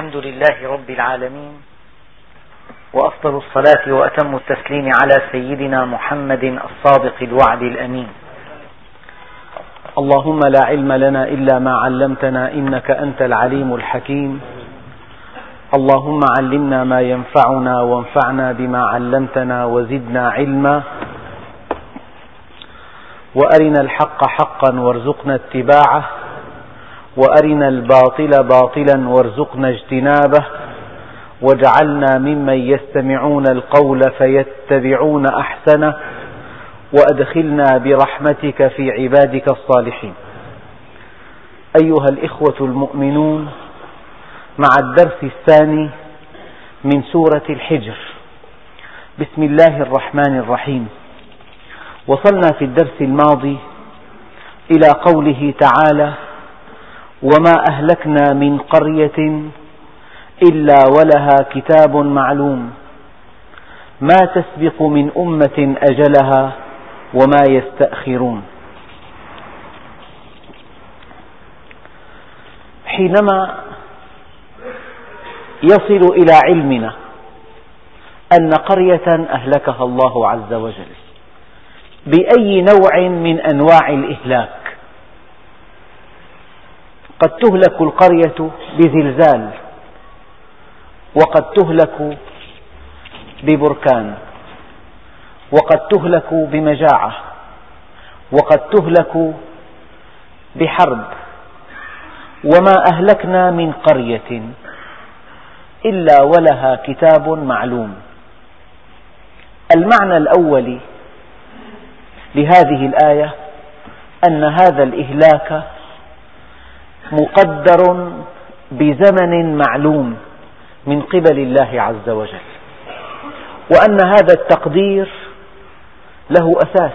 الحمد لله رب العالمين، وأفضل الصلاة وأتم التسليم على سيدنا محمد الصادق الوعد الأمين. اللهم لا علم لنا إلا ما علمتنا إنك أنت العليم الحكيم. اللهم علمنا ما ينفعنا وانفعنا بما علمتنا وزدنا علما، وأرنا الحق حقا وارزقنا اتباعه، وأرنا الباطل باطلا وارزقنا اجتنابه، واجعلنا ممن يستمعون القول فيتبعون أحسنه، وأدخلنا برحمتك في عبادك الصالحين. أيها الإخوة المؤمنون، مع الدرس الثاني من سورة الحجر. بسم الله الرحمن الرحيم. وصلنا في الدرس الماضي إلى قوله تعالى: وما أهلكنا من قرية إلا ولها كتاب معلوم ما تسبق من أمة أجلها وما يستأخرون. حينما يصل إلى علمنا أن قرية أهلكها الله عز وجل بأي نوع من أنواع الإهلاك، قد تهلك القرية بزلزال، وقد تهلك ببركان، وقد تهلك بمجاعة، وقد تهلك بحرب. وما أهلكنا من قرية إلا ولها كتاب معلوم. المعنى الأول لهذه الآية أن هذا الإهلاك مقدر بزمن معلوم من قبل الله عز وجل، وأن هذا التقدير له أساس.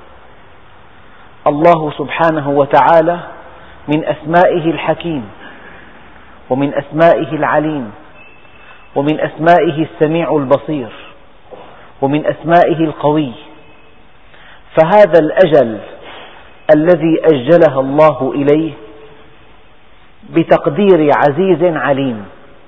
الله سبحانه وتعالى من أسمائه الحكيم، ومن أسمائه العليم، ومن أسمائه السميع البصير، ومن أسمائه القوي. فهذا الأجل الذي أجله الله إليه بتقدير عزيز عليم.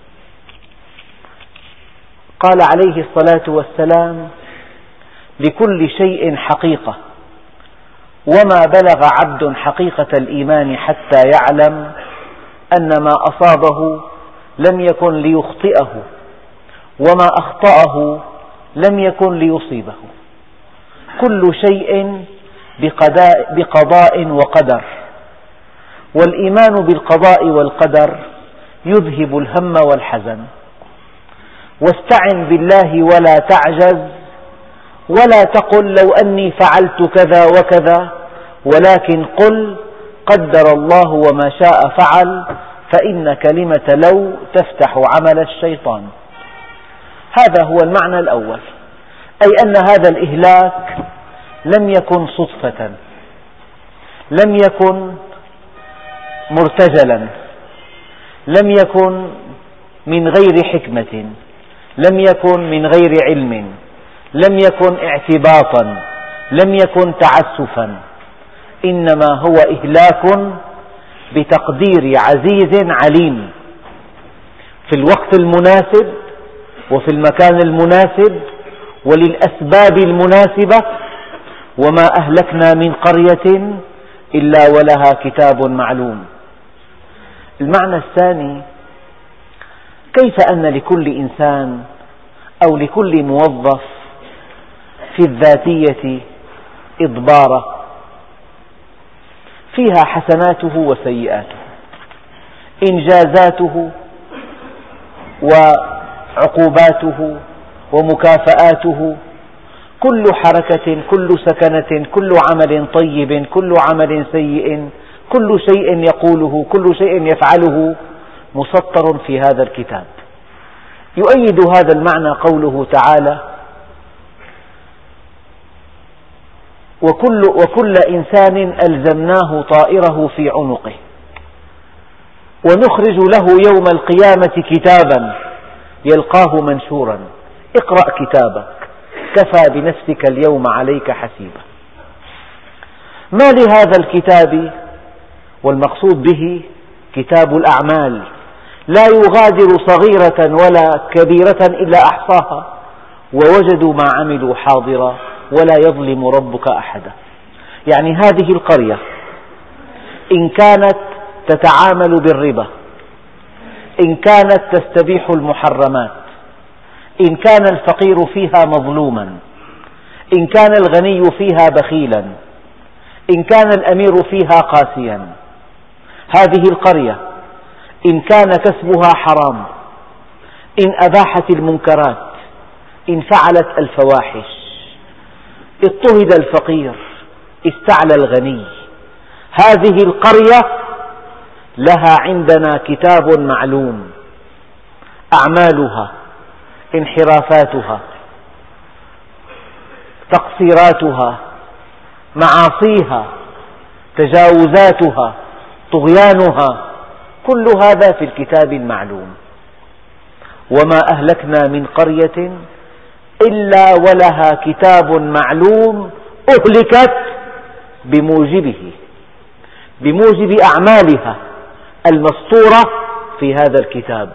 قال عليه الصلاة والسلام: لكل شيء حقيقة، وما بلغ عبد حقيقة الإيمان حتى يعلم أن ما أصابه لم يكن ليخطئه، وما أخطأه لم يكن ليصيبه. كل شيء بقضاء وقدر، والإيمان بالقضاء والقدر يذهب الهم والحزن. واستعن بالله ولا تعجز، ولا تقل لو أني فعلت كذا وكذا، ولكن قل قدر الله وما شاء فعل، فإن كلمة لو تفتح عمل الشيطان. هذا هو المعنى الأول، أي أن هذا الإهلاك لم يكن صدفة، لم يكن مرتجلا، لم يكن من غير حكمة، لم يكن من غير علم، لم يكن اعتباطا، لم يكن تعسفا، إنما هو إهلاك بتقدير عزيز عليم في الوقت المناسب، وفي المكان المناسب، وللأسباب المناسبة. وما أهلكنا من قرية إلا ولها كتاب معلوم. المعنى الثاني: كيف أن لكل إنسان أو لكل موظف في الذاتية إضبارة فيها حسناته وسيئاته، إنجازاته وعقوباته ومكافآته، كل حركة، كل سكنة، كل عمل طيب، كل عمل سيء، كل شيء يقوله، كل شيء يفعله مسطر في هذا الكتاب. يؤيد هذا المعنى قوله تعالى: وكل إنسان ألزمناه طائره في عنقه ونخرج له يوم القيامة كتابا يلقاه منشورا اقرأ كتابك كفى بنفسك اليوم عليك حسيبا. ما لهذا الكتاب؟ والمقصود به كتاب الأعمال، لا يغادر صغيرة ولا كبيرة إلا أحصاها ووجدوا ما عملوا حاضرا ولا يظلم ربك أحدا. يعني هذه القرية إن كانت تتعامل بالربا، إن كانت تستبيح المحرمات، إن كان الفقير فيها مظلوما، إن كان الغني فيها بخيلا، إن كان الأمير فيها قاسيا، هذه القرية إن كان كسبها حرام، إن أباحت المنكرات، إن فعلت الفواحش، اضطهد الفقير، استعلى الغني، هذه القرية لها عندنا كتاب معلوم، أعمالها، انحرافاتها، تقصيراتها، معاصيها، تجاوزاتها، طغيانها، كل هذا في الكتاب المعلوم. وما أهلكنا من قرية إلا ولها كتاب معلوم أهلكت بموجب أعمالها المسطورة في هذا الكتاب.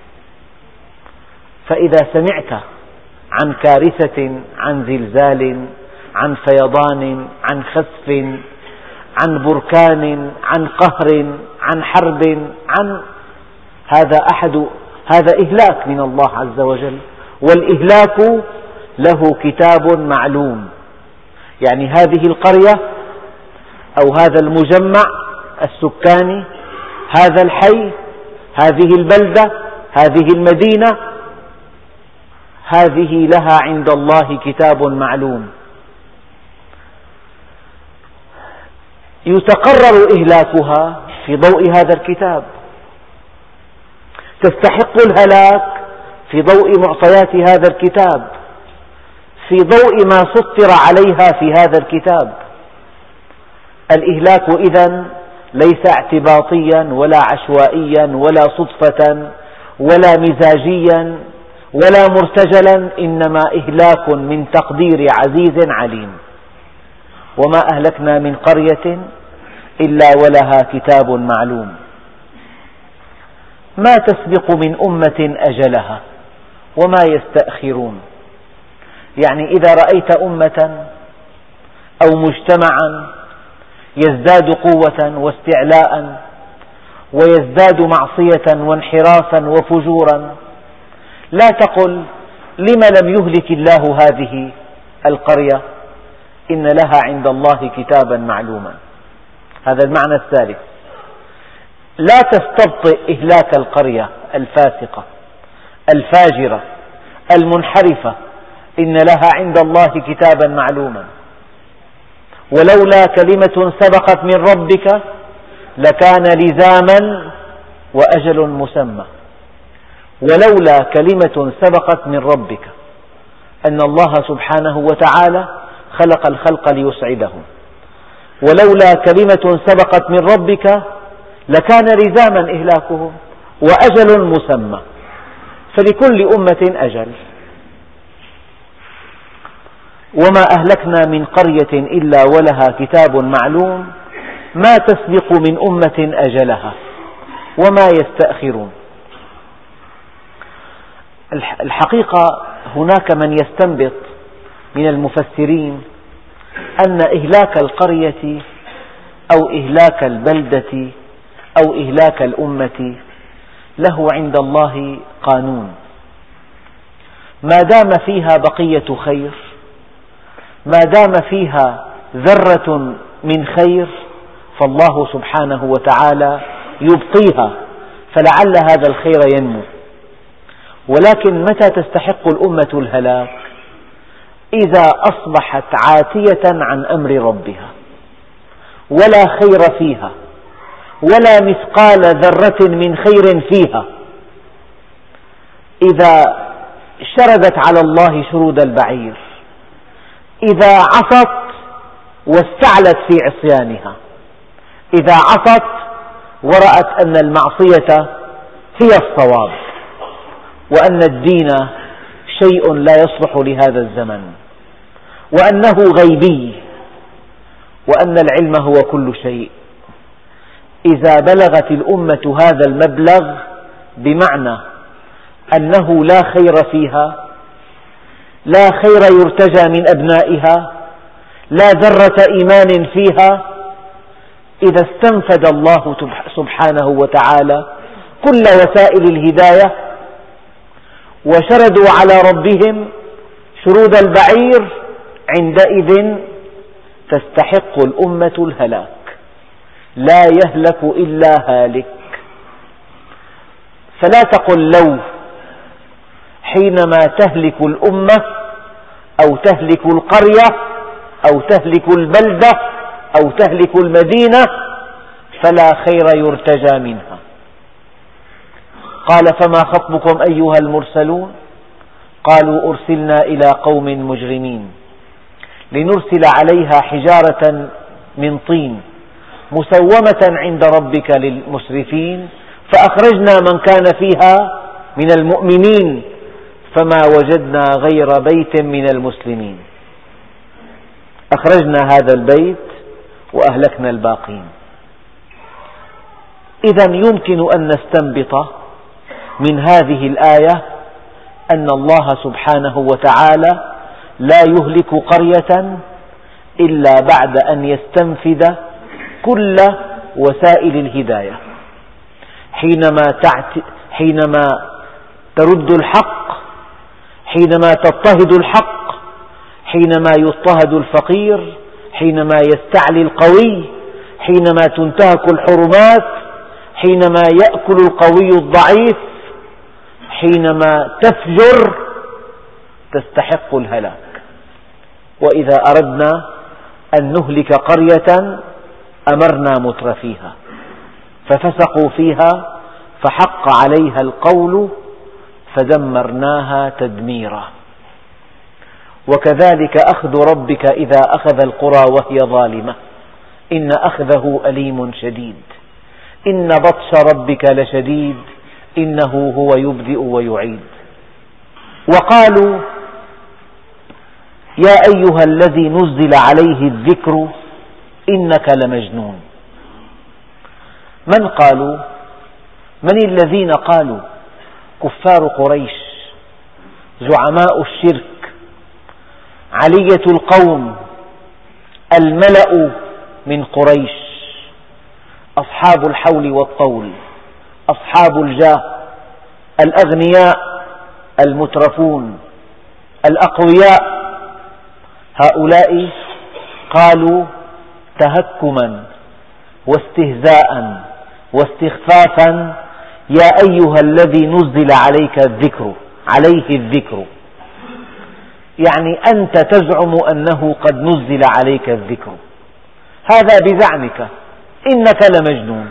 فإذا سمعت عن كارثة، عن زلزال، عن فيضان، عن خسف، عن بركان، عن قهر، عن حرب، هذا إهلاك من الله عز وجل، والإهلاك له كتاب معلوم. يعني هذه القرية أو هذا المجمع السكاني، هذا الحي، هذه البلدة، هذه المدينة، هذه لها عند الله كتاب معلوم. يتقرر إهلاكها في ضوء هذا الكتاب، تستحق الهلاك في ضوء معطيات هذا الكتاب، في ضوء ما سطر عليها في هذا الكتاب. الإهلاك إذن ليس اعتباطيا ولا عشوائيا ولا صدفة ولا مزاجيا ولا مرتجلا، إنما إهلاك من تقدير عزيز عليم. وما أهلكنا من قرية إلا ولها كتاب معلوم. ما تسبق من أمة أجلها وما يستأخرون. يعني إذا رأيت أمة أو مجتمعا يزداد قوة واستعلاء ويزداد معصية وانحرافا وفجورا، لا تقل لم لم يهلك الله هذه القرية، إن لها عند الله كتابا معلوما. هذا المعنى الثالث. لا تستبطئ إهلاك القرية الفاسقة الفاجرة المنحرفة، إن لها عند الله كتابا معلوما. ولولا كلمة سبقت من ربك لكان لزاما وأجل مسمى. ولولا كلمة سبقت من ربك، أن الله سبحانه وتعالى خلق الخلق ليسعدهم، ولولا كلمة سبقت من ربك لكان لزاما إهلاكهم وأجل مسمى. فلكل أمة أجل. وما أهلكنا من قرية إلا ولها كتاب معلوم ما تسبق من أمة أجلها وما يستأخرون. الحقيقة هناك من يستنبط من المفسرين أن إهلاك القرية أو إهلاك البلدة أو إهلاك الأمة له عند الله قانون: ما دام فيها بقية خير، ما دام فيها ذرة من خير، فالله سبحانه وتعالى يبقيها فلعل هذا الخير ينمو. ولكن متى تستحق الأمة الهلاك؟ إذا أصبحت عاتية عن أمر ربها ولا خير فيها ولا مثقال ذرة من خير فيها، إذا شردت على الله شرود البعير، إذا عصت واستعلت في عصيانها، إذا عصت ورأت أن المعصية هي الصواب، وأن الدين شيء لا يصلح لهذا الزمن، وأنه غيبي، وأن العلم هو كل شيء. إذا بلغت الأمة هذا المبلغ بمعنى أنه لا خير فيها، لا خير يرتجى من أبنائها، لا ذرة إيمان فيها، إذا استنفد الله سبحانه وتعالى كل وسائل الهداية وشردوا على ربهم شرود البعير، عندئذ تستحق الأمة الهلاك، لا يهلك إلا هالك. فلا تقل لو حينما تهلك الأمة أو تهلك القرية أو تهلك البلدة أو تهلك المدينة فلا خير يرتجى منها. قال فما خطبكم أيها المرسلون؟ قالوا أرسلنا إلى قوم مجرمين لنرسل عليها حجارة من طين مسومة عند ربك للمسرفين فأخرجنا من كان فيها من المؤمنين فما وجدنا غير بيت من المسلمين، أخرجنا هذا البيت وأهلكنا الباقين. إذا يمكن أن نستنبط من هذه الآية أن الله سبحانه وتعالى لا يهلك قرية إلا بعد أن يستنفذ كل وسائل الهداية. حينما ترد الحق، حينما تضطهد الحق، حينما يضطهد الفقير، حينما يستعلي القوي، حينما تنتهك الحرمات، حينما يأكل القوي الضعيف، حينما تفجر تستحق الهلاك. وإذا أردنا أن نهلك قرية أمرنا مترفيها ففسقوا فيها فحق عليها القول فدمرناها تدميرا. وكذلك أخذ ربك إذا أخذ القرى وهي ظالمة إن أخذه أليم شديد إن بطش ربك لشديد إنه هو يبدئ ويعيد. وقالوا يا أيها الذي نزل عليه الذكر إنك لمجنون. من قالوا؟ من الذين قالوا؟ كفار قريش، زعماء الشرك، علية القوم، الملأ من قريش، أصحاب الحول والطول، أصحاب الجاه، الأغنياء، المترفون، الأقوياء، هؤلاء قالوا تهكما واستهزاء واستخفافا يا أيها الذي نزل عليه الذكر، يعني أنت تزعم أنه قد نزل عليك الذكر، هذا بزعمك، إنك لمجنون.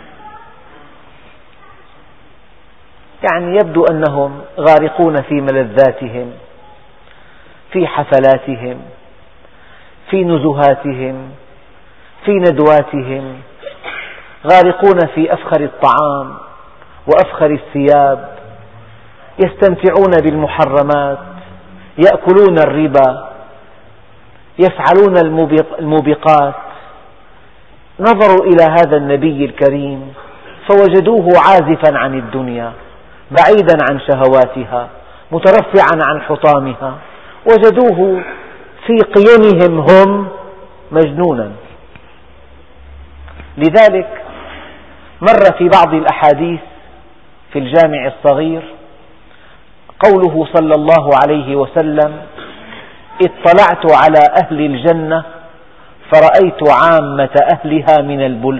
يعني يبدو أنهم غارقون في ملذاتهم، في حفلاتهم، في نزهاتهم، في ندواتهم، غارقون في أفخر الطعام وأفخر الثياب، يستمتعون بالمحرمات، يأكلون الربا، يفعلون الموبقات. نظروا إلى هذا النبي الكريم فوجدوه عازفا عن الدنيا، بعيدا عن شهواتها، مترفعا عن حطامها، وجدوه في قيمهم هم مجنونا. لذلك مر في بعض الأحاديث في الجامع الصغير قوله صلى الله عليه وسلم اطلعت على أهل الجنة فرأيت عامة أهلها من البله.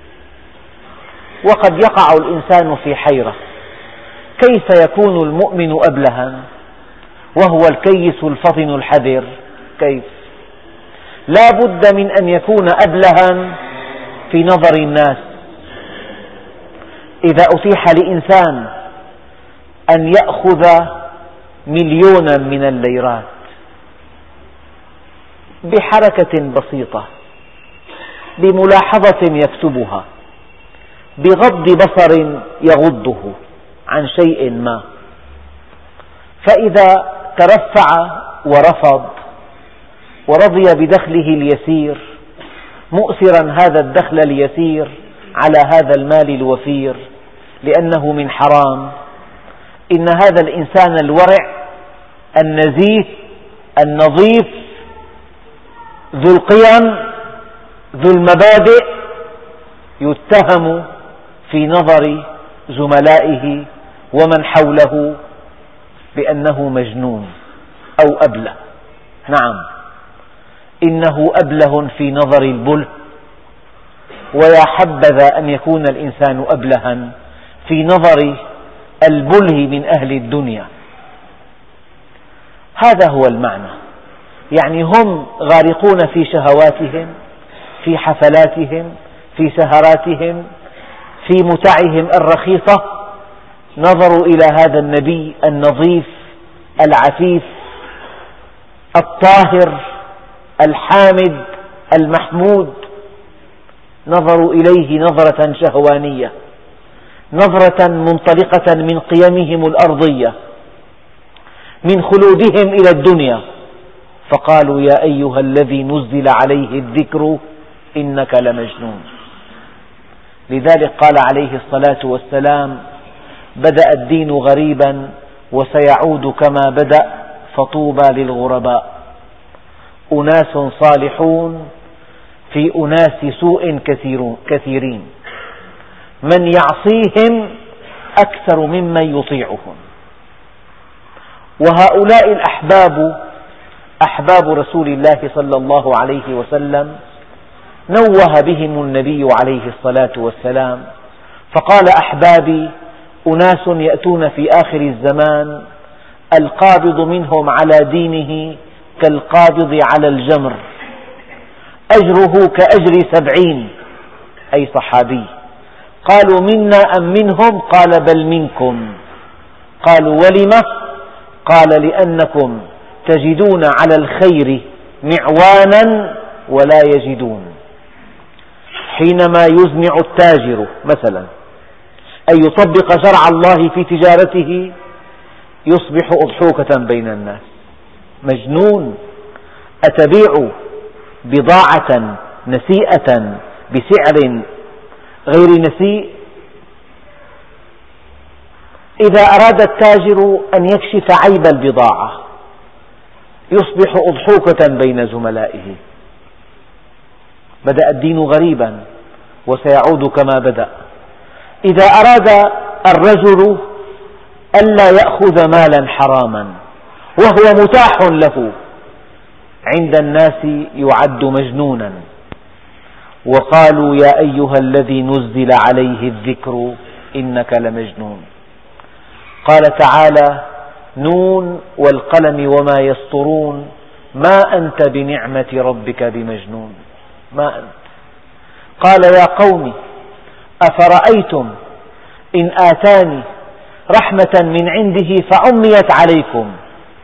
وقد يقع الإنسان في حيرة، كيف يكون المؤمن أبلها وهو الكيس الفطن الحذر؟ كيف؟ لا بد من أن يكون أبلها في نظر الناس. إذا أتيح لإنسان أن يأخذ مليونا من الليرات بحركة بسيطة، بملاحظة يكتبها، بغض بصر يغضه عن شيء ما، فإذا ترفع ورفض ورضي بدخله اليسير مؤثرا هذا الدخل اليسير على هذا المال الوفير، لأنه من حرام، إن هذا الإنسان الورع النزيه النظيف ذو القيم ذو المبادئ يتهم في نظر زملائه ومن حوله بأنه مجنون أو أبله. نعم، إنه أبله في نظر البله، ويا حبذا أن يكون الإنسان أبلها في نظر البله من أهل الدنيا. هذا هو المعنى، يعني هم غارقون في شهواتهم، في حفلاتهم، في سهراتهم، في متعهم الرخيصة، نظروا إلى هذا النبي النظيف العفيف الطاهر الحامد المحمود، نظروا إليه نظرة شهوانية، نظرة منطلقة من قيمهم الأرضية، من خلودهم إلى الدنيا، فقالوا يا أيها الذي نزل عليه الذكر إنك لمجنون. لذلك قال عليه الصلاة والسلام: بدأ الدين غريبا وسيعود كما بدأ فطوبى للغرباء. أناس صالحون في أناس سوء كثيرين، من يعصيهم أكثر ممن يطيعهم. وهؤلاء الأحباب أحباب رسول الله صلى الله عليه وسلم نوه بهم النبي عليه الصلاة والسلام، فقال: أحبابي أناس يأتون في آخر الزمان القابض منهم على دينه كالقابض على الجمر، أجره كأجر 70، أي صحابي. قالوا: منا أم منهم؟ قال: بل منكم. قالوا: ولم؟ قال: لأنكم تجدون على الخير معوانا ولا يجدون. حينما يزمع التاجر مثلا أن يطبق شرع الله في تجارته يصبح أضحوكة بين الناس. مجنون، أتبيع بضاعة نسيئة بسعر غير نسيء؟ إذا أراد التاجر أن يكشف عيب البضاعة يصبح أضحوكة بين زملائه. بدأ الدين غريبا وسيعود كما بدأ. إذا أراد الرجل ألا يأخذ مالا حراما وهو متاح له عند الناس يعد مجنونا. وقالوا: يا أيها الذي نزل عليه الذكر إنك لمجنون. قال تعالى: نون والقلم وما يسطرون ما أنت بنعمة ربك بمجنون. ما أنت. قال: يا قوم أفرأيتم إن آتاني رحمة من عنده فعميت عليكم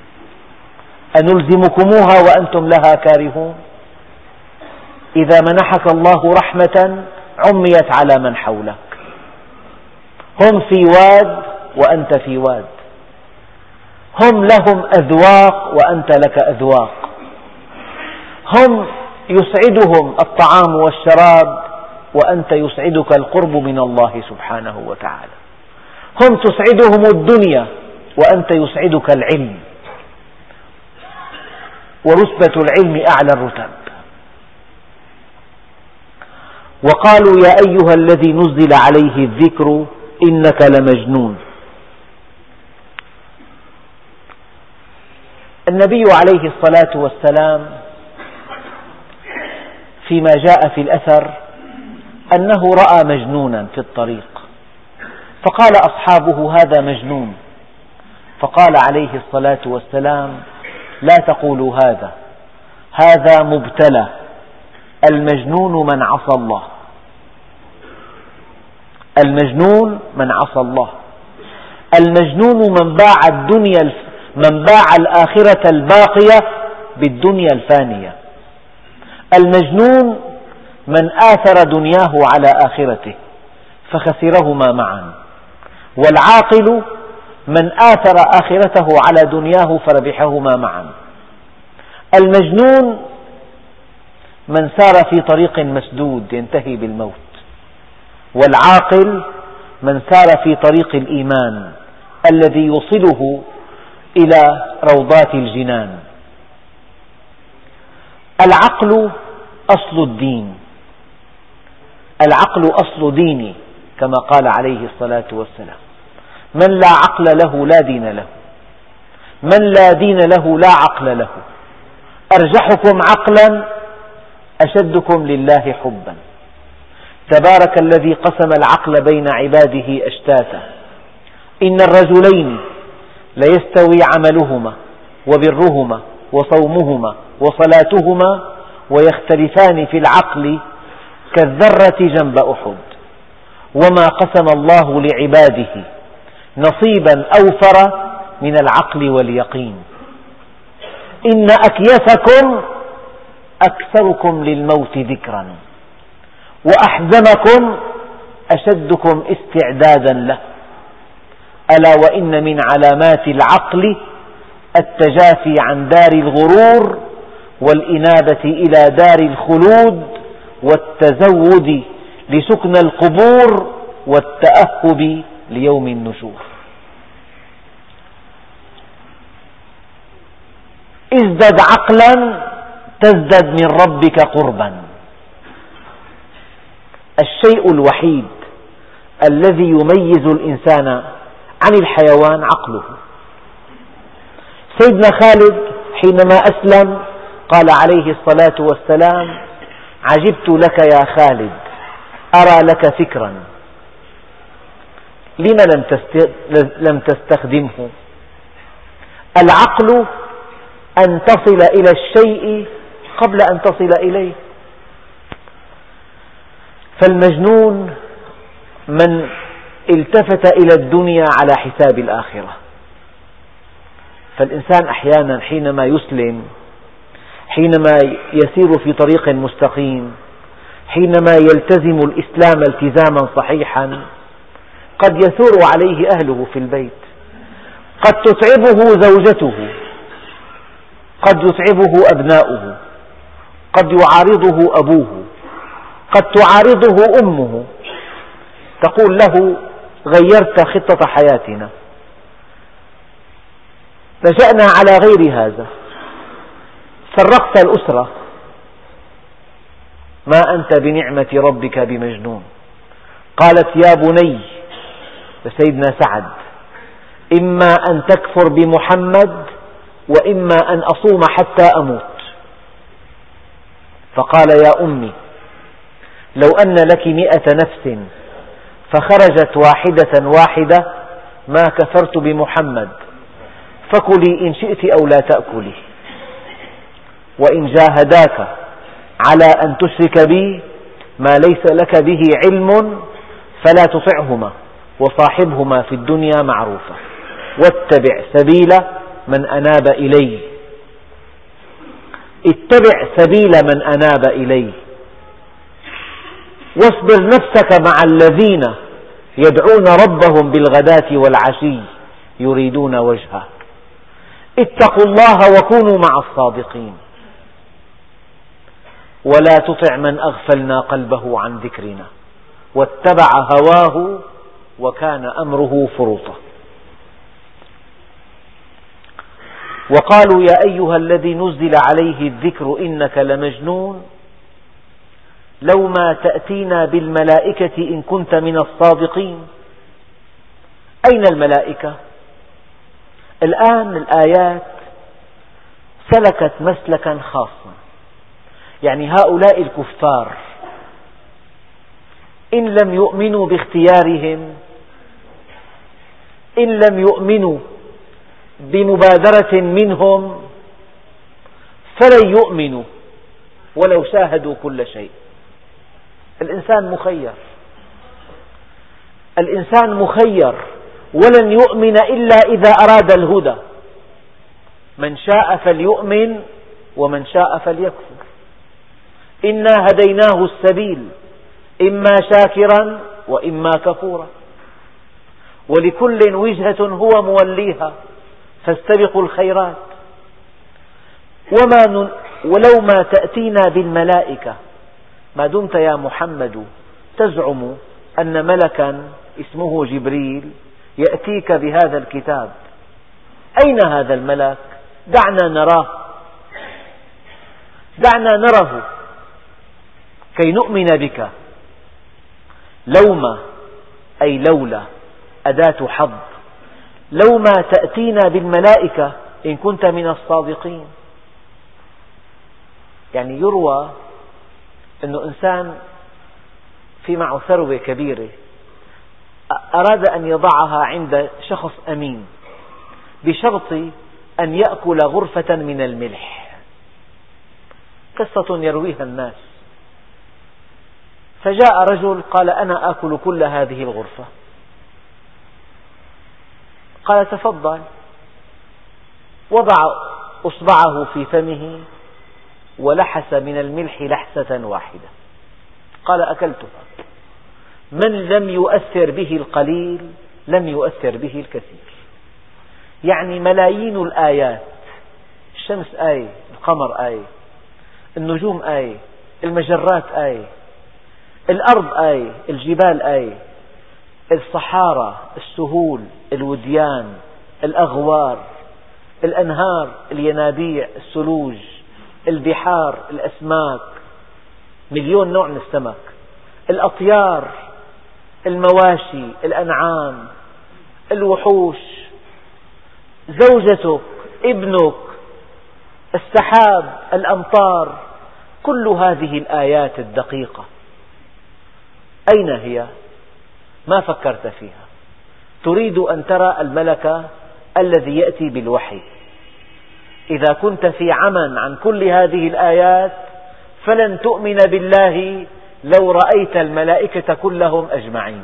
أنلزمكموها وأنتم لها كارهون. إذا منحك الله رحمة عميت على من حولك، هم في واد وأنت في واد، هم لهم أذواق وأنت لك أذواق، هم يسعدهم الطعام والشراب وأنت يسعدك القرب من الله سبحانه وتعالى، هم تسعدهم الدنيا وأنت يسعدك العلم، ورتبة العلم أعلى الرتب. وقالوا: يا أيها الذي نزل عليه الذكر إنك لمجنون. النبي عليه الصلاة والسلام فيما جاء في الأثر أنه رأى مجنونا في الطريق، فقال أصحابه: هذا مجنون. فقال عليه الصلاة والسلام: لا تقولوا هذا، هذا مبتلى، المجنون من عصى الله، المجنون من عصى الله، المجنون من باع الآخرة الباقية بالدنيا الفانية، المجنون من آثر دنياه على آخرته فخسرهما معا، والعاقل من آثر آخرته على دنياه فربحهما معا. المجنون من سار في طريق مسدود ينتهي بالموت، والعاقل من سار في طريق الإيمان الذي يوصله إلى روضات الجنان. العقل أصل الدين، العقل أصل ديني كما قال عليه الصلاة والسلام: من لا عقل له لا دين له، من لا دين له لا عقل له، أرجحكم عقلا أشدكم لله حبا. تبارك الذي قسم العقل بين عباده أشتاتا، إن الرجلين ليستوي عملهما وبرهما وصومهما وصلاتهما ويختلفان في العقل كالذرة جنب أحد، وما قسم الله لعباده نصيبا أوفر من العقل واليقين. إن أكيسكم أكثركم للموت ذكرا، وأحزمكم أشدكم استعدادا له. ألا وإن من علامات العقل التجافي عن دار الغرور والإنابة إلى دار الخلود والتزود لسكن القبور والتأهب ليوم النشور. ازدد عقلا تزدد من ربك قربا. الشيء الوحيد الذي يميز الإنسان عن الحيوان عقله. سيدنا خالد حينما أسلم قال عليه الصلاة والسلام: عجبت لك يا خالد، أرى لك فكرا، لم لم تستخدمه؟ العقل أن تصل إلى الشيء قبل أن تصل إليه. فالمجنون من التفت إلى الدنيا على حساب الآخرة. فالإنسان أحيانا حينما يسلم، حينما يسير في طريق مستقيم، حينما يلتزم الإسلام التزاما صحيحا، قد يثور عليه أهله في البيت، قد تتعبه زوجته، قد يتعبه أبناؤه، قد يعارضه أبوه، قد تعارضه أمه، تقول له: غيرت خطة حياتنا، نشأنا على غير هذا، فرقت الأسرة، ما أنت بنعمة ربك بمجنون. قالت: يا بني، لسيدنا سعد: إما أن تكفر بمحمد وإما أن أصوم حتى أموت. فقال: يا أمي، لو أن لك 100 نفس فخرجت واحدة واحدة ما كفرت بمحمد، فكلي إن شئت أو لا تأكلي، وإن جاهداك على أن تشرك بي ما ليس لك به علم فلا تطعهما وصاحبهما في الدنيا معروفا، واتبع سبيل من أناب إلي. اتبع سبيل من أناب إلي، واصبر نفسك مع الذين يدعون ربهم بالغداة والعشي يريدون وجهه، اتقوا الله وكونوا مع الصادقين، ولا تطع من أغفلنا قلبه عن ذكرنا واتبع هواه وكان أمره فرطا. وقالوا: يا أيها الذي نزل عليه الذكر إنك لمجنون، لو ما تأتينا بالملائكة إن كنت من الصادقين. أين الملائكة؟ الآن الآيات سلكت مسلكا خاصا، يعني هؤلاء الكفار إن لم يؤمنوا باختيارهم، إن لم يؤمنوا بمبادرة منهم، فلن يؤمنوا ولو شاهدوا كل شيء. الإنسان مخير، الإنسان مخير، ولن يؤمن إلا إذا أراد الهدى. من شاء فليؤمن ومن شاء فليكفر. إنا هديناه السبيل إما شاكرا وإما كفورا، ولكل وجهة هو موليها فاستبقوا الخيرات. ولو ما تأتينا بالملائكة، ما دمت يا محمد تزعم أن ملكا اسمه جبريل يأتيك بهذا الكتاب. أين هذا الملك؟ دعنا نراه، دعنا نره كي نؤمن بك. لوما أي لولا أداة حظ، لوما تأتينا بالملائكة إن كنت من الصادقين. يعني يروى أنه إنسان في معه ثروة كبيرة أراد أن يضعها عند شخص أمين بشرط أن يأكل غرفة من الملح، قصة يرويها الناس. فجاء رجل قال أنا آكل كل هذه الغرفة، قال تفضل، وضع أصبعه في فمه ولحس من الملح لحسة واحدة، قال أكلتها. من لم يؤثر به القليل لم يؤثر به الكثير. يعني ملايين الآيات، الشمس آية، القمر آية، النجوم آية، المجرات آية، الأرض آية، الجبال آية، الصحارى، السهول، الوديان، الأغوار، الأنهار، الينابيع، الثلوج، البحار، الأسماك، مليون نوع من السمك، الأطيار، المواشي، الأنعام، الوحوش، زوجتك، ابنك، السحاب، الأمطار، كل هذه الآيات الدقيقة أين هي؟ ما فكرت فيها. تريد أن ترى الملك الذي يأتي بالوحي. إذا كنت في عمى عن كل هذه الآيات فلن تؤمن بالله لو رأيت الملائكة كلهم أجمعين.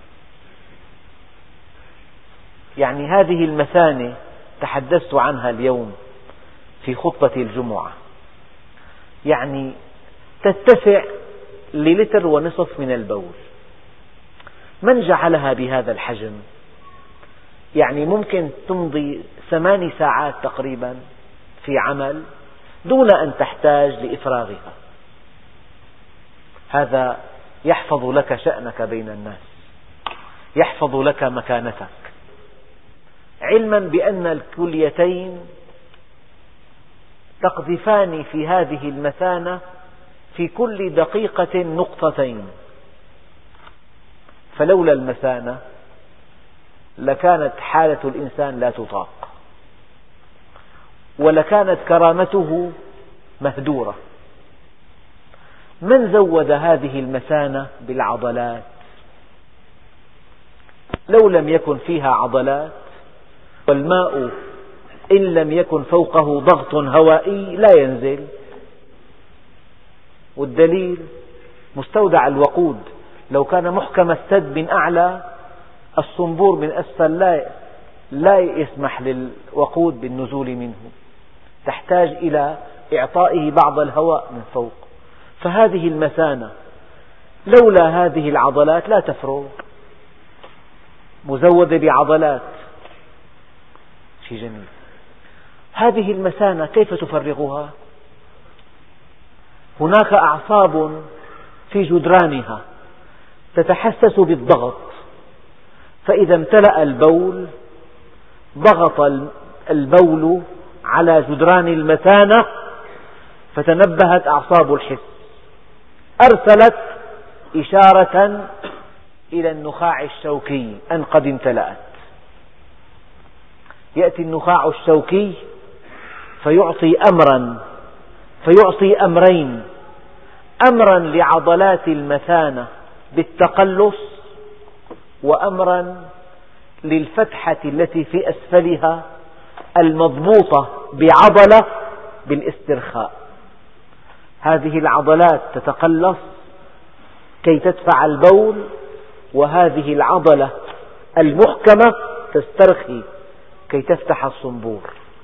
يعني هذه المثانة تحدثت عنها اليوم في خطبة الجمعة، يعني تتسع للتر ونصف من البول. من جعلها بهذا الحجم؟ يعني ممكن تمضي 8 ساعات تقريبا في عمل دون أن تحتاج لإفراغها. هذا يحفظ لك شأنك بين الناس، يحفظ لك مكانتك، علما بأن الكليتين تقذفان في هذه المثانة في كل دقيقة نقطتين. فلولا المثانة لكانت حالة الإنسان لا تطاق، ولكانت كرامته مهدورة. من زود هذه المثانة بالعضلات؟ لو لم يكن فيها عضلات، والماء إن لم يكن فوقه ضغط هوائي لا ينزل. والدليل مستودع الوقود لو كان محكم السد من أعلى، الصنبور من أسفل لا يسمح للوقود بالنزول منه، تحتاج إلى إعطائه بعض الهواء من فوق. فهذه المثانة لولا هذه العضلات لا تفرغ، مزودة بعضلات، شيء جميل. هذه المثانة كيف تفرغها؟ هناك أعصاب في جدرانها تتحسس بالضغط، فإذا امتلأ البول ضغط البول على جدران المثانة، فتنبهت أعصاب الحس، أرسلت إشارة إلى النخاع الشوكي أن قد امتلأت. يأتي النخاع الشوكي فيعطي أمرين: أمرا لعضلات المثانة بالتقلص، وأمرا للفتحة التي في أسفلها المضبوطة بعضلة بالاسترخاء. هذه العضلات تتقلص كي تدفع البول، وهذه العضلة المحكمة تسترخي كي تفتح الصنبور.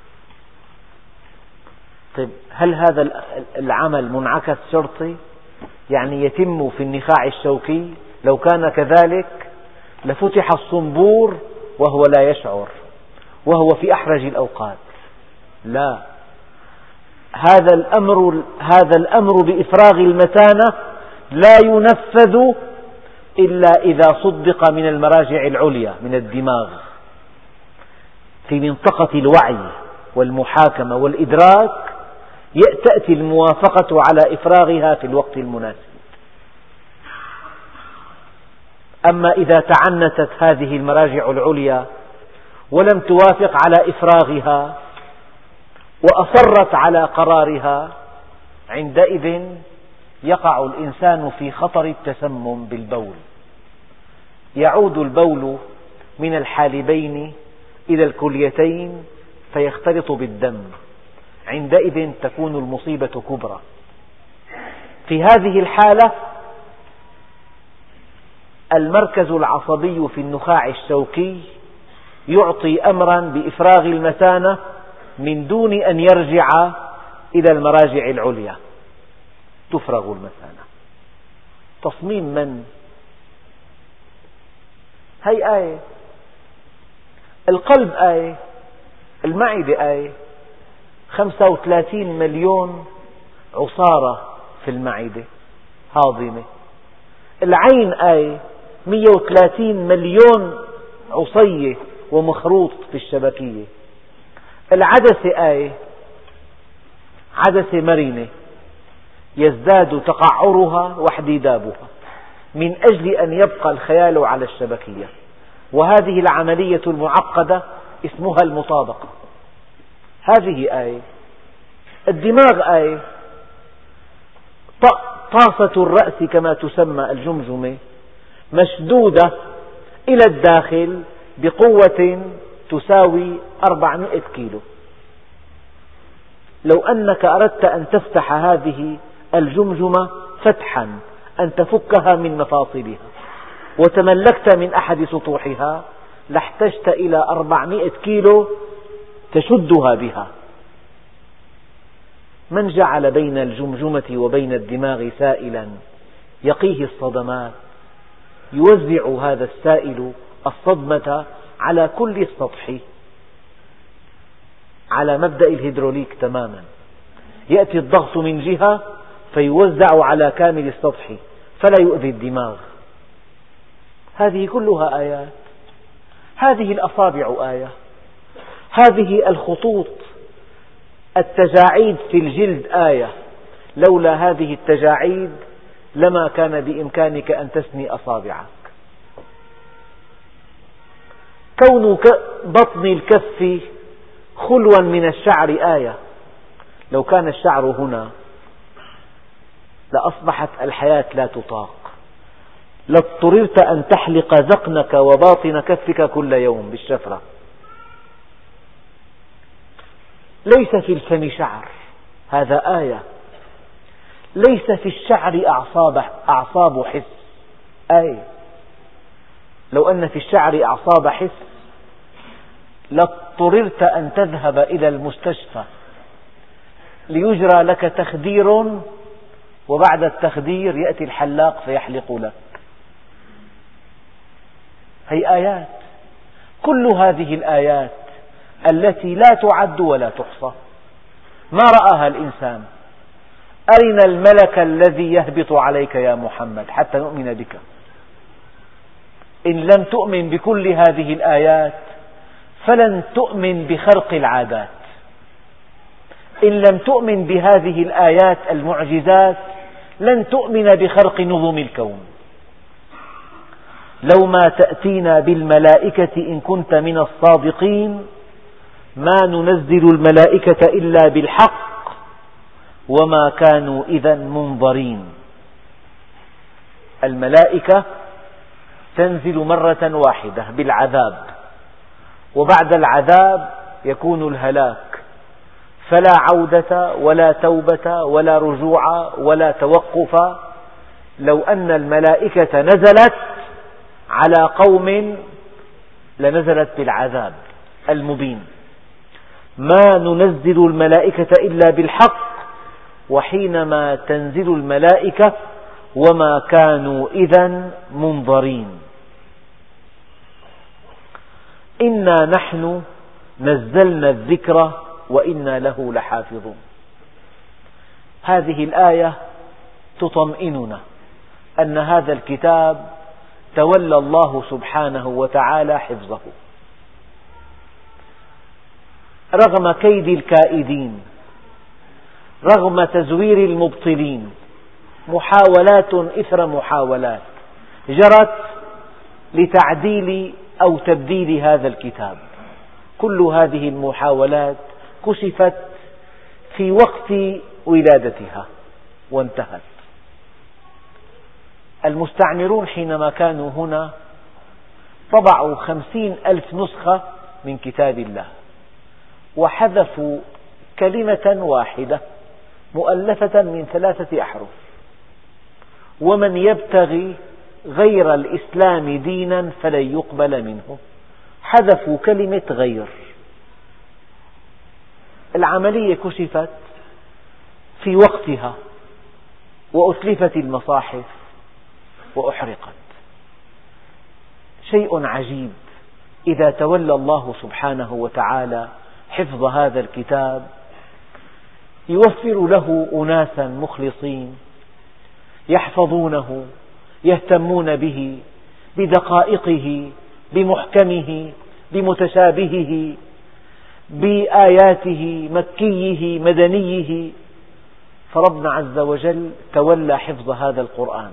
طيب، هل هذا العمل منعكس شرطي؟ يعني يتم في النخاع الشوكي؟ لو كان كذلك لفتح الصنبور وهو لا يشعر، وهو في أحرج الأوقات. لا، هذا الأمر بإفراغ المثانة لا ينفذ إلا إذا صدق من المراجع العليا من الدماغ في منطقة الوعي والمحاكمة والإدراك، تأتي الموافقة على إفراغها في الوقت المناسب. أما إذا تعنتت هذه المراجع العليا ولم توافق على إفراغها وأصرت على قرارها، عندئذ يقع الإنسان في خطر التسمم بالبول، يعود البول من الحالبين إلى الكليتين فيختلط بالدم، عندئذ تكون المصيبة كبرى. في هذه الحالة المركز العصبي في النخاع الشوكي يعطي أمرا بإفراغ المثانة من دون أن يرجع إلى المراجع العليا، تفرغ المثانة. تصميم من؟ هي آية، القلب آية، المعدة آية، 35 مليون عصارة في المعدة هاضمة. العين آية، 130 مليون عصية ومخروط في الشبكية. العدسة آية، عدسة مرنة يزداد تقعرها واحتدابها من أجل أن يبقى الخيال على الشبكية، وهذه العملية المعقدة اسمها المطابقة. هذه آية. الدماغ آية، طاسة الرأس كما تسمى الجمجمة مشدودة إلى الداخل بقوة تساوي 400 كيلو. لو أنك أردت أن تفتح هذه الجمجمة فتحا، أن تفكها من مفاصلها وتملكت من أحد سطوحها، لاحتجت إلى 400 كيلو تشدها بها. من جعل بين الجمجمة وبين الدماغ سائلا يقيه الصدمات، يوزع هذا السائل الصدمة على كل السطح على مبدأ الهيدروليك تماما. يأتي الضغط من جهة فيوزع على كامل السطح فلا يؤذي الدماغ. هذه كلها آيات. هذه الأصابع آية، هذه الخطوط التجاعيد في الجلد آية. لولا هذه التجاعيد لما كان بإمكانك أن تثني أصابعك. كون بطن الكف خلوا من الشعر آية. لو كان الشعر هنا لأصبحت الحياة لا تطاق، لاضطررت أن تحلق ذقنك وباطن كفك كل يوم بالشفرة. ليس في الفم شعر، هذا آية. ليس في الشعر أعصاب حس، آية. لو أن في الشعر أعصاب حس لاضطررت أن تذهب إلى المستشفى ليجرى لك تخدير، وبعد التخدير يأتي الحلاق فيحلق لك. هي آيات. كل هذه الآيات التي لا تعد ولا تحصى ما رآها الإنسان. أرنا الملك الذي يهبط عليك يا محمد حتى نؤمن بك. إن لم تؤمن بكل هذه الآيات فلن تؤمن بخرق العادات. إن لم تؤمن بهذه الآيات المعجزات لن تؤمن بخرق نظم الكون. لو ما تأتينا بالملائكة إن كنت من الصادقين ما ننزل الملائكة إلا بالحق وما كانوا إذا منظرين. الملائكة تنزل مرة واحدة بالعذاب، وبعد العذاب يكون الهلاك، فلا عودة ولا توبة ولا رجوع ولا توقف. لو أن الملائكة نزلت على قوم لنزلت بالعذاب المبين. ما ننزل الملائكة إلا بالحق، وحينما تنزل الملائكة وما كانوا إذا منظرين. إنا نحن نزلنا الذكر وإنا له لحافظون. هذه الآية تطمئننا أن هذا الكتاب تولى الله سبحانه وتعالى حفظه رغم كيد الكائدين، رغم تزوير المبطلين. محاولات إثر محاولات جرت لتعديل أو تبديل هذا الكتاب. كل هذه المحاولات كشفت في وقت ولادتها وانتهت. المستعمرون حينما كانوا هنا طبعوا 50,000 نسخة من كتاب الله، وحذفوا كلمة واحدة مؤلفة من 3 أحرف: ومن يبتغي غير الإسلام دينا فلن يقبل منه. حذفوا كلمة غير. العملية كشفت في وقتها، وأتلفت المصاحف وأحرقت. شيء عجيب. إذا تولى الله سبحانه وتعالى حفظ هذا الكتاب يوفر له أناسا مخلصين يحفظونه، يهتمون به، بدقائقه، بمحكمه، بمتشابهه، بآياته، مكيه، مدنيه. فربنا عز وجل تولى حفظ هذا القرآن.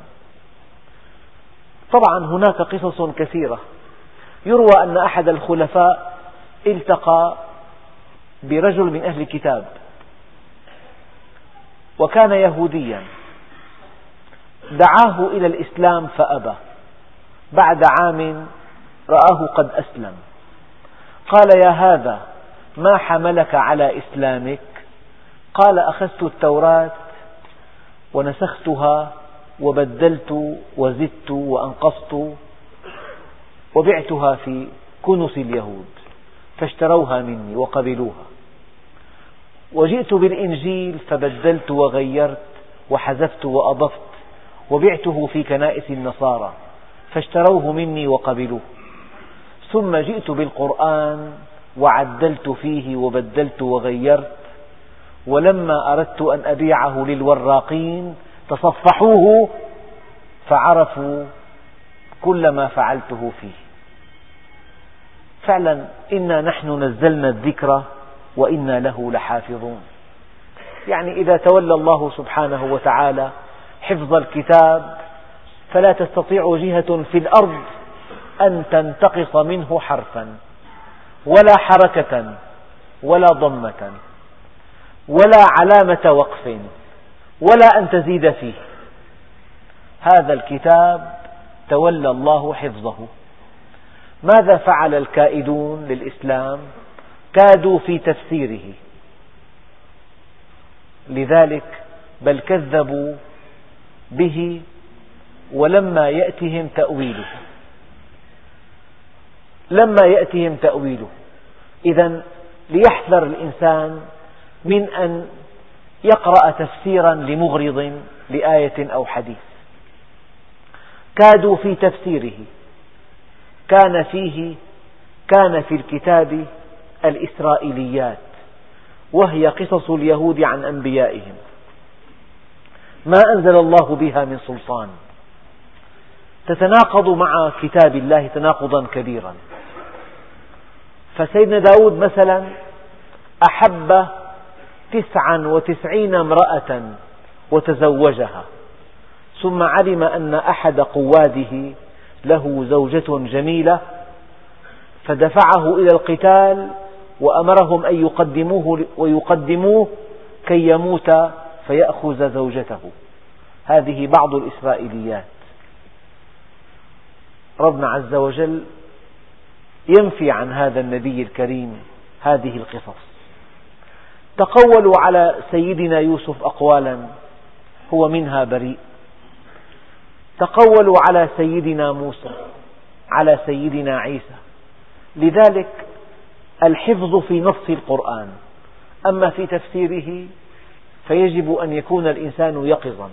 طبعا هناك قصص كثيرة. يروى أن أحد الخلفاء التقى برجل من أهل الكتاب وكان يهوديا، دعاه إلى الإسلام فأبى. بعد عام رآه قد أسلم، قال: يا هذا، ما حملك على إسلامك؟ قال: أخذت التوراة ونسختها وبدلت وزدت وأنقصت وبعتها في كنس اليهود فاشتروها مني وقبلوها، وجئت بالإنجيل فبدلت وغيرت وحذفت وأضفت وبعته في كنائس النصارى فاشتروه مني وقبلوه، ثم جئت بالقرآن وعدلت فيه وبدلت وغيرت، ولما أردت أن أبيعه للوراقين تصفحوه فعرفوا كل ما فعلته فيه. فعلا إنا نحن نزلنا الذكر وإنا له لحافظون. يعني إذا تولى الله سبحانه وتعالى حفظ الكتاب فلا تستطيع جهة في الأرض أن تنتقص منه حرفا ولا حركة ولا ضمة ولا علامة وقف ولا أن تزيد فيه. هذا الكتاب تولى الله حفظه. ماذا فعل الكائدون للإسلام؟ كادوا في تفسيره، لذلك بل كذبوا به ولما يأتهم تأويله. لما يأتهم تأويله، إذن ليحذر الإنسان من أن يقرأ تفسيرا لمغرض لآية أو حديث. كادوا في تفسيره. كان في الكتاب الإسرائيليات، وهي قصص اليهود عن أنبيائهم ما أنزل الله بها من سلطان، تتناقض مع كتاب الله تناقضا كبيرا. فسيدنا داود مثلا أحب 99 امرأة وتزوجها، ثم علم أن أحد قواده له زوجة جميلة فدفعه إلى القتال وأمرهم أن يقدموه كي يموت فيأخذ زوجته. هذه بعض الإسرائيليات. ربنا عز وجل ينفي عن هذا النبي الكريم هذه القصص. تقولوا على سيدنا يوسف أقوالا هو منها بريء. تقولوا على سيدنا موسى، على سيدنا عيسى. لذلك الحفظ في نص القرآن، أما في تفسيره فيجب أن يكون الإنسان يقظا.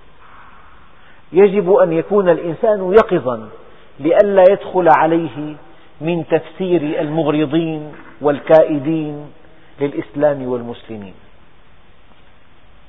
يجب أن يكون الإنسان يقظا لئلا يدخل عليه من تفسير المغرضين والكائدين للإسلام والمسلمين.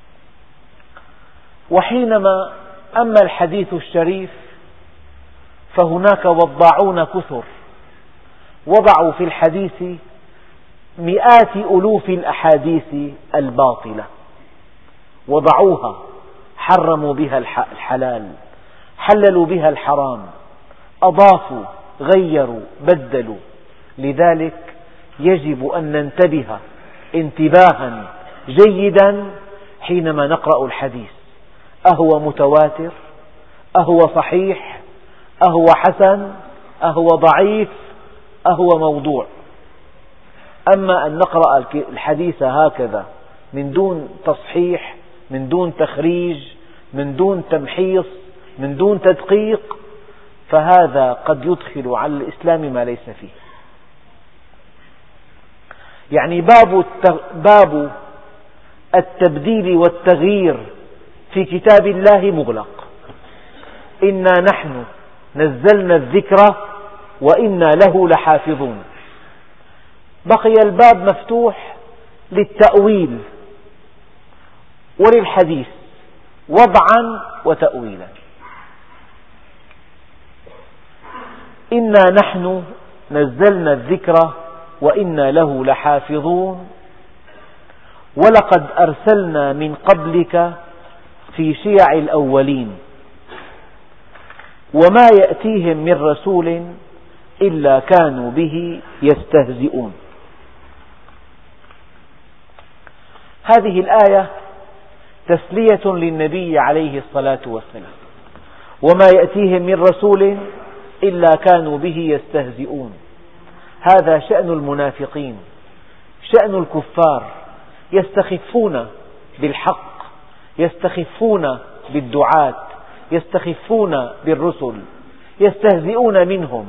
وحينما أما الحديث الشريف فهناك وضاعون كثر وضعوا في الحديث مئات ألوف الأحاديث الباطلة، وضعوها، حرموا بها الحلال، حللوا بها الحرام، أضافوا، غيروا، بدلوا. لذلك يجب أن ننتبه انتباها جيدا حينما نقرأ الحديث، أهو متواتر؟ أهو صحيح؟ أهو حسن؟ أهو ضعيف؟ أهو موضوع؟ أما أن نقرأ الحديث هكذا من دون تصحيح، من دون تخريج، من دون تمحيص، من دون تدقيق، فهذا قد يدخل على الإسلام ما ليس فيه. يعني باب التبديل والتغيير في كتاب الله مغلق. إنا نحن نزلنا الذكر وإنا له لحافظون. بقي الباب مفتوح للتأويل وللحديث وضعا وتأويلا. إنا نحن نزلنا الذكر وإنا له لحافظون ولقد أرسلنا من قبلك في شيع الأولين وما يأتيهم من رسول إلا كانوا به يستهزئون. هذه الآية تسلية للنبي عليه الصلاة والسلام. وما يأتيهم من رسول إلا كانوا به يستهزئون. هذا شأن المنافقين، شأن الكفار، يستخفون بالحق، يستخفون بالدعاة، يستخفون بالرسل، يستهزئون منهم.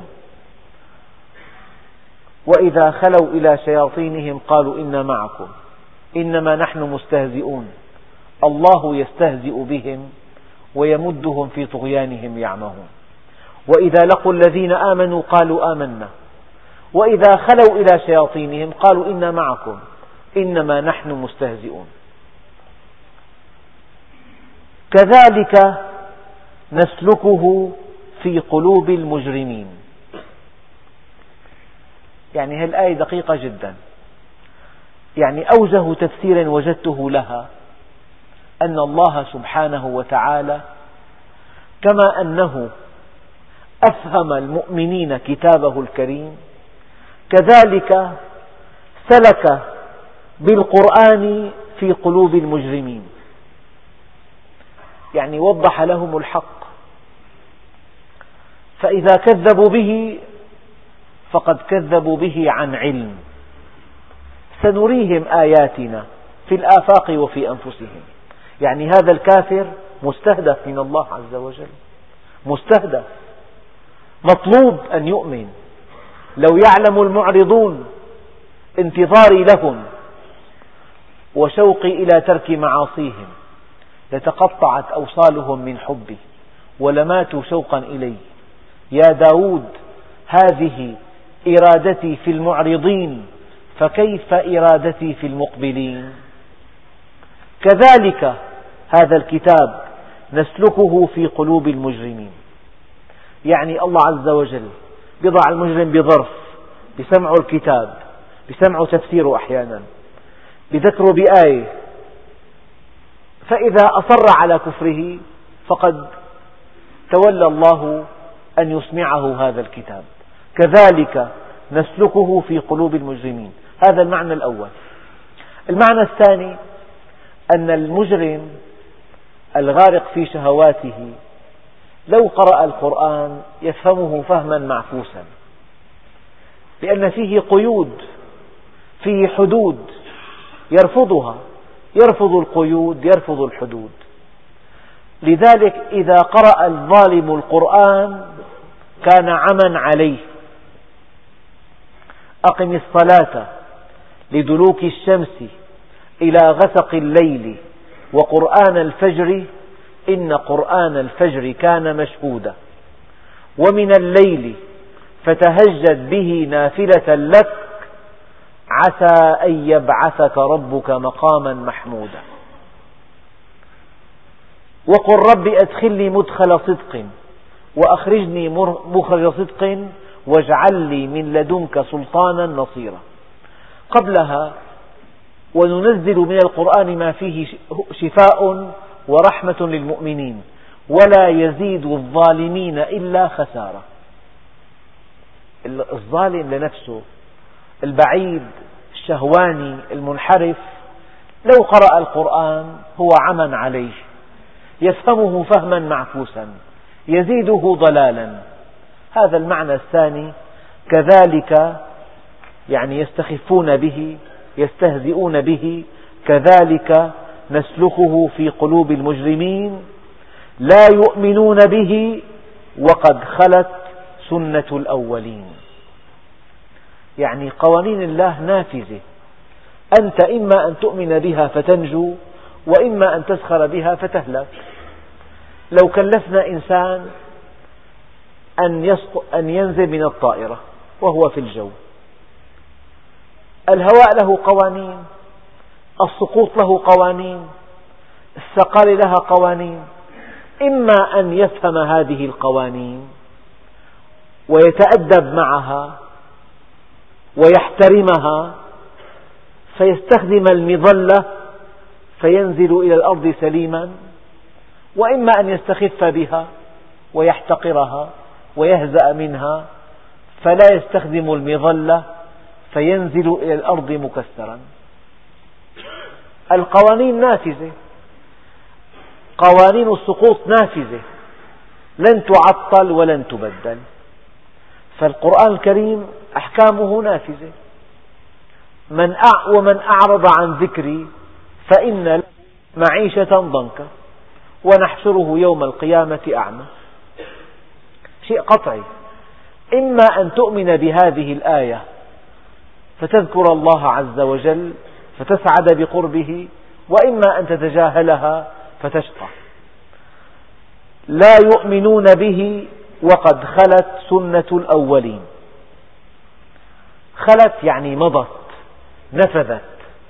وإذا خلوا إلى شياطينهم قالوا إنا معكم إنما نحن مستهزئون. الله يستهزئ بهم ويمدهم في طغيانهم يعمهون. وإذا لقوا الذين آمنوا قالوا آمنا وإذا خلوا إلى شياطينهم قالوا إنا معكم إنما نحن مستهزئون. كذلك نسلكه في قلوب المجرمين. يعني هذه الآية دقيقة جدا. يعني أوجه تفسير وجدته لها أن الله سبحانه وتعالى كما أنه أفهم المؤمنين كتابه الكريم كذلك سلك بالقرآن في قلوب المجرمين. يعني وضح لهم الحق، فإذا كذبوا به فقد كذبوا به عن علم. سنريهم آياتنا في الآفاق وفي أنفسهم. يعني هذا الكافر مستهدف من الله عز وجل، مستهدف، مطلوب أن يؤمن. لو يعلم المعرضون انتظاري لهم وشوقي إلى ترك معاصيهم لتقطعت أوصالهم من حبي ولماتوا شوقا إلي. يا داود هذه إرادتي في المعرضين فكيف إرادتي في المقبلين. كذلك هذا الكتاب نسلكه في قلوب المجرمين. يعني الله عز وجل بضع المجرم بظرف، بسمعوا الكتاب، بسمعوا تفسيره أحيانا، بذكروا بآية، فإذا أصر على كفره فقد تولى الله أن يسمعه هذا الكتاب. كذلك نسلكه في قلوب المجرمين. هذا المعنى الأول. المعنى الثاني أن المجرم الغارق في شهواته لو قرأ القرآن يفهمه فهما معكوسا، لأن فيه قيود، فيه حدود يرفضها، يرفض القيود، يرفض الحدود. لذلك إذا قرأ الظالم القرآن كان عمى عليه. أقم الصلاة لدلوك الشمس إلى غسق الليل وقرآن الفجر إن قرآن الفجر كان مشهودا ومن الليل فتهجد به نافلة لك عسى أن يبعثك ربك مقاما محمودا. وقل رب أدخلني مدخل صدق وأخرجني مخرج صدق واجعل لي من لدنك سلطانا نصيرا. قبلها وننزل من القرآن ما فيه شفاء ورحمة للمؤمنين ولا يزيد الظالمين إلا خسارة. الظالم لنفسه البعيد الشهواني المنحرف لو قرأ القرآن هو عمى عليه، يفهمه فهما معكوسا، يزيده ضلالا. هذا المعنى الثاني كذلك، يعني يستخفون به يستهزئون به، كذلك نسلكه في قلوب المجرمين لا يؤمنون به وقد خلت سنة الأولين. يعني قوانين الله نافذة، أنت إما أن تؤمن بها فتنجو وإما أن تسخر بها فتهلك. لو كلفنا إنسان أن ينزل من الطائرة وهو في الجو، الهواء له قوانين، السقوط له قوانين، الثقال لها قوانين، إما أن يفهم هذه القوانين ويتأدب معها ويحترمها فيستخدم المظلة فينزل إلى الأرض سليما، وإما أن يستخف بها ويحتقرها ويهزأ منها فلا يستخدم المظلة فينزل إلى الأرض مكسرا. القوانين نافذة، قوانين السقوط نافذة لن تعطل ولن تبدل. فالقرآن الكريم أحكامه نافذة. ومن أعرض عن ذكري فإن له معيشة ضنكا ونحشره يوم القيامة أعمى. شيء قطعي، إما أن تؤمن بهذه الآية فتذكر الله عز وجل فتسعد بقربه، وإما أن تتجاهلها فتشقى. لا يؤمنون به وقد خلت سنة الأولين. خلت يعني مضت، نفذت.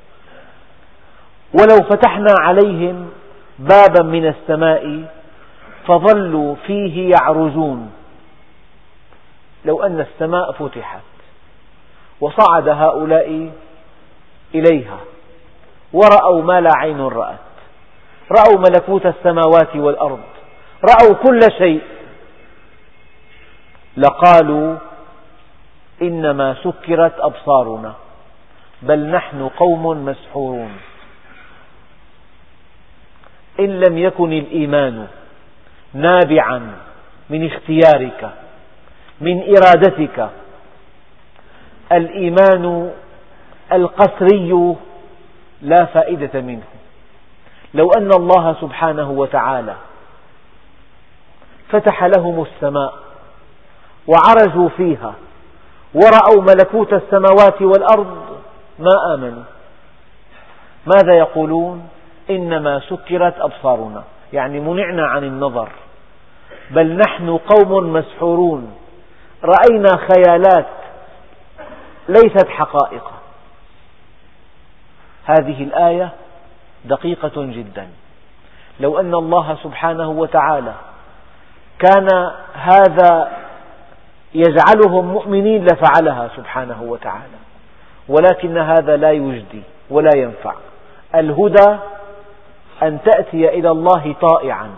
ولو فتحنا عليهم بابا من السماء فظلوا فيه يعرجون. لو أن السماء فتحت وصعد هؤلاء إليها ورأوا ما لا عين رأت، رأوا ملكوت السماوات والأرض، رأوا كل شيء، لقالوا إنما سكرت أبصارنا بل نحن قوم مسحورون. إن لم يكن الإيمان نابعا من اختيارك من إرادتك، الإيمان القسري لا فائدة منه. لو أن الله سبحانه وتعالى فتح لهم السماء وعرجوا فيها ورأوا ملكوت السماوات والأرض ما آمنوا. ماذا يقولون؟ إنما سكرت أبصارنا، يعني منعنا عن النظر، بل نحن قوم مسحورون، رأينا خيالات ليست حقائق. هذه الآية دقيقة جدا. لو أن الله سبحانه وتعالى كان هذا يجعلهم مؤمنين لفعلها سبحانه وتعالى، ولكن هذا لا يجدي ولا ينفع. الهدى أن تأتي إلى الله طائعا.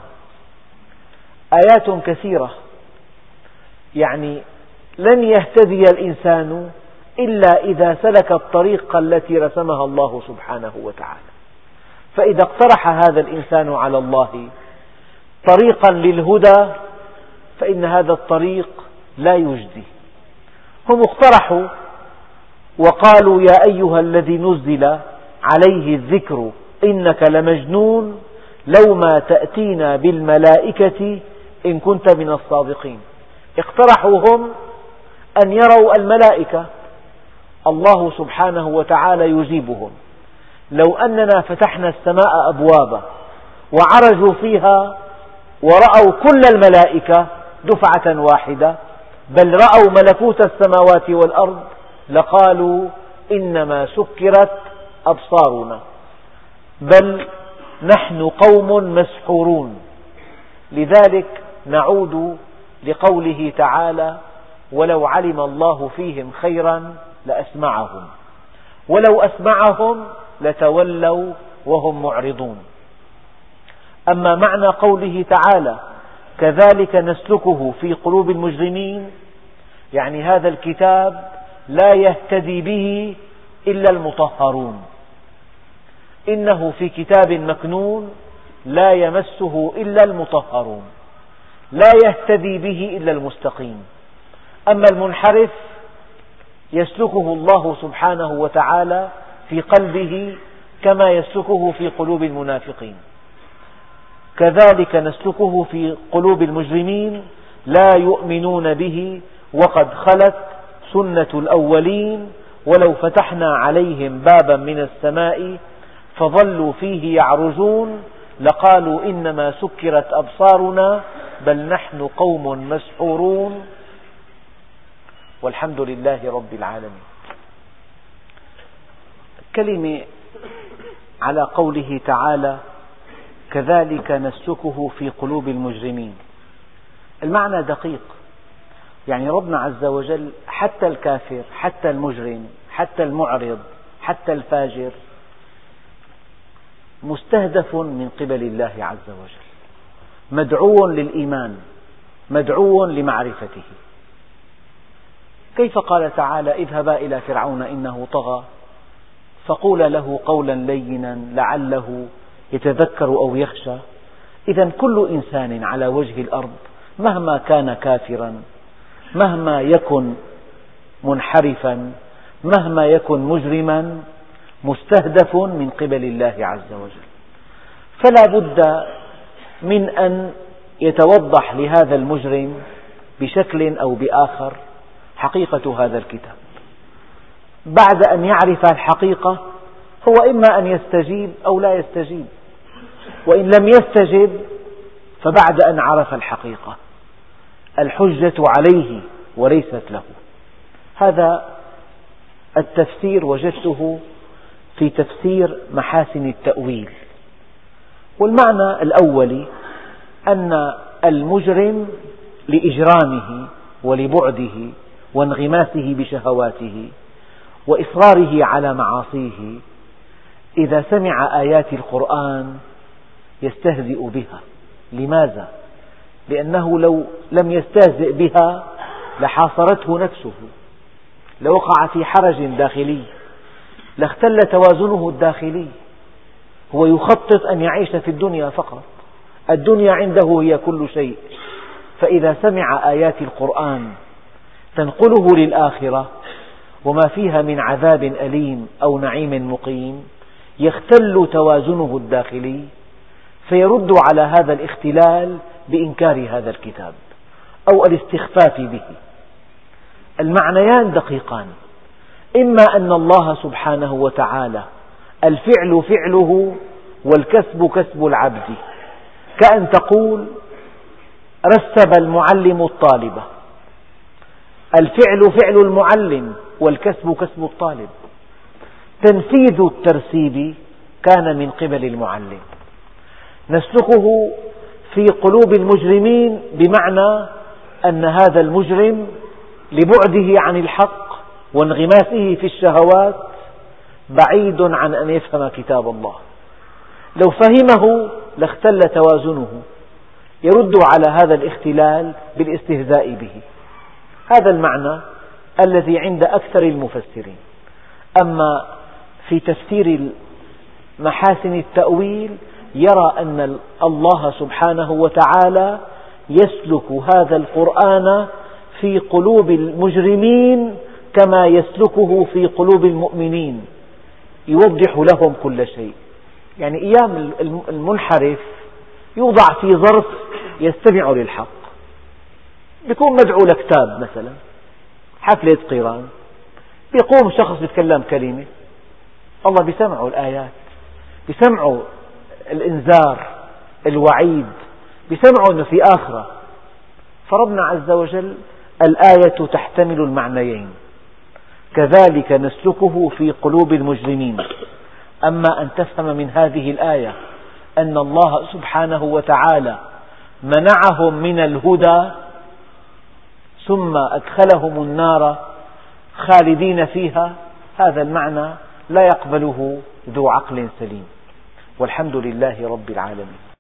آيات كثيرة، يعني لن يهتدي الإنسان إلا إذا سلك الطريق التي رسمها الله سبحانه وتعالى. فإذا اقترح هذا الإنسان على الله طريقا للهدى فإن هذا الطريق لا يجدي. هم اقترحوا وقالوا يا أيها الذي نزل عليه الذكر إنك لمجنون لو ما تأتينا بالملائكة إن كنت من الصادقين. اقترحوا هم أن يروا الملائكة. الله سبحانه وتعالى يجيبهم: لو أننا فتحنا السماء أبوابا وعرجوا فيها ورأوا كل الملائكة دفعة واحدة، بل رأوا ملكوت السماوات والأرض، لقالوا إنما سكرت أبصارنا بل نحن قوم مسحورون. لذلك نعود لقوله تعالى: ولو علم الله فيهم خيرا لأسمعهم ولو أسمعهم لتولوا وهم معرضون. أما معنى قوله تعالى: كذلك نسلكه في قلوب المجرمين، يعني هذا الكتاب لا يهتدي به إلا المطهرون، إنه في كتاب مكنون لا يمسه إلا المطهرون، لا يهتدي به إلا المستقيم. أما المنحرف يسلكه الله سبحانه وتعالى في قلبه كما يسلكه في قلوب المنافقين. كذلك نسلكه في قلوب المجرمين لا يؤمنون به وقد خلت سنة الأولين ولو فتحنا عليهم بابا من السماء فظلوا فيه يعرجون لقالوا إنما سكرت أبصارنا بل نحن قوم مسحورون والحمد لله رب العالمين. كلمة على قوله تعالى: كذلك نسلكه في قلوب المجرمين. المعنى دقيق، يعني ربنا عز وجل حتى الكافر، حتى المجرم، حتى المعرض، حتى الفاجر مستهدف من قبل الله عز وجل، مدعو للإيمان، مدعو لمعرفته. كيف قال تعالى: اذهبا إلى فرعون إنه طغى فقولا له قولا لينا لعله يتذكر أو يخشى. إذن كل إنسان على وجه الأرض مهما كان كافرا، مهما يكن منحرفا، مهما يكن مجرما، مستهدف من قبل الله عز وجل. فلا بد من أن يتوضح لهذا المجرم بشكل أو بآخر حقيقة هذا الكتاب. بعد أن يعرف الحقيقة هو إما أن يستجيب أو لا يستجيب، وإن لم يستجب فبعد أن عرف الحقيقة الحجة عليه وليست له. هذا التفسير وجدته في تفسير محاسن التأويل. والمعنى الأولي أن المجرم لإجرامه ولبعده وانغماسه بشهواته وإصراره على معاصيه إذا سمع آيات القرآن يستهزئ بها. لماذا؟ لأنه لو لم يستهزئ بها لحاصرته نفسه، لوقع في حرج داخلي، لاختل توازنه الداخلي. هو يخطط أن يعيش في الدنيا فقط، الدنيا عنده هي كل شيء، فإذا سمع آيات القرآن تنقله للآخرة وما فيها من عذاب أليم أو نعيم مقيم يختل توازنه الداخلي، فيرد على هذا الاختلال بإنكار هذا الكتاب أو الاستخفاف به. المعنيان دقيقان، إما أن الله سبحانه وتعالى الفعل فعله والكسب كسب العبد، كأن تقول: رسب المعلم الطالبة، الفعل فعل المعلم والكسب كسب الطالب. تنفيذ الترسيب كان من قبل المعلم. نسلكه في قلوب المجرمين بمعنى أن هذا المجرم لبعده عن الحق وانغماسه في الشهوات بعيد عن أن يفهم كتاب الله. لو فهمه لاختل توازنه، يرد على هذا الاختلال بالاستهزاء به. هذا المعنى الذي عند أكثر المفسرين. أما في تفسير محاسن التأويل يرى أن الله سبحانه وتعالى يسلك هذا القرآن في قلوب المجرمين كما يسلكه في قلوب المؤمنين، يوضح لهم كل شيء. يعني أيام المنحرف يوضع في ظرف يستمع للحق، يكون مدعو لكتاب مثلا، حفلة قيران، يقوم شخص يتكلم كلمة، الله بيسمعه الآيات، بيسمعه الإنذار، الوعيد، بيسمعه أنه في آخرة. فربنا عز وجل الآية تحتمل المعنيين: كذلك نسلكه في قلوب المجرمين. أما أن تفهم من هذه الآية أن الله سبحانه وتعالى منعهم من الهدى ثم أدخلهم النار خالدين فيها، هذا المعنى لا يقبله ذو عقل سليم. والحمد لله رب العالمين.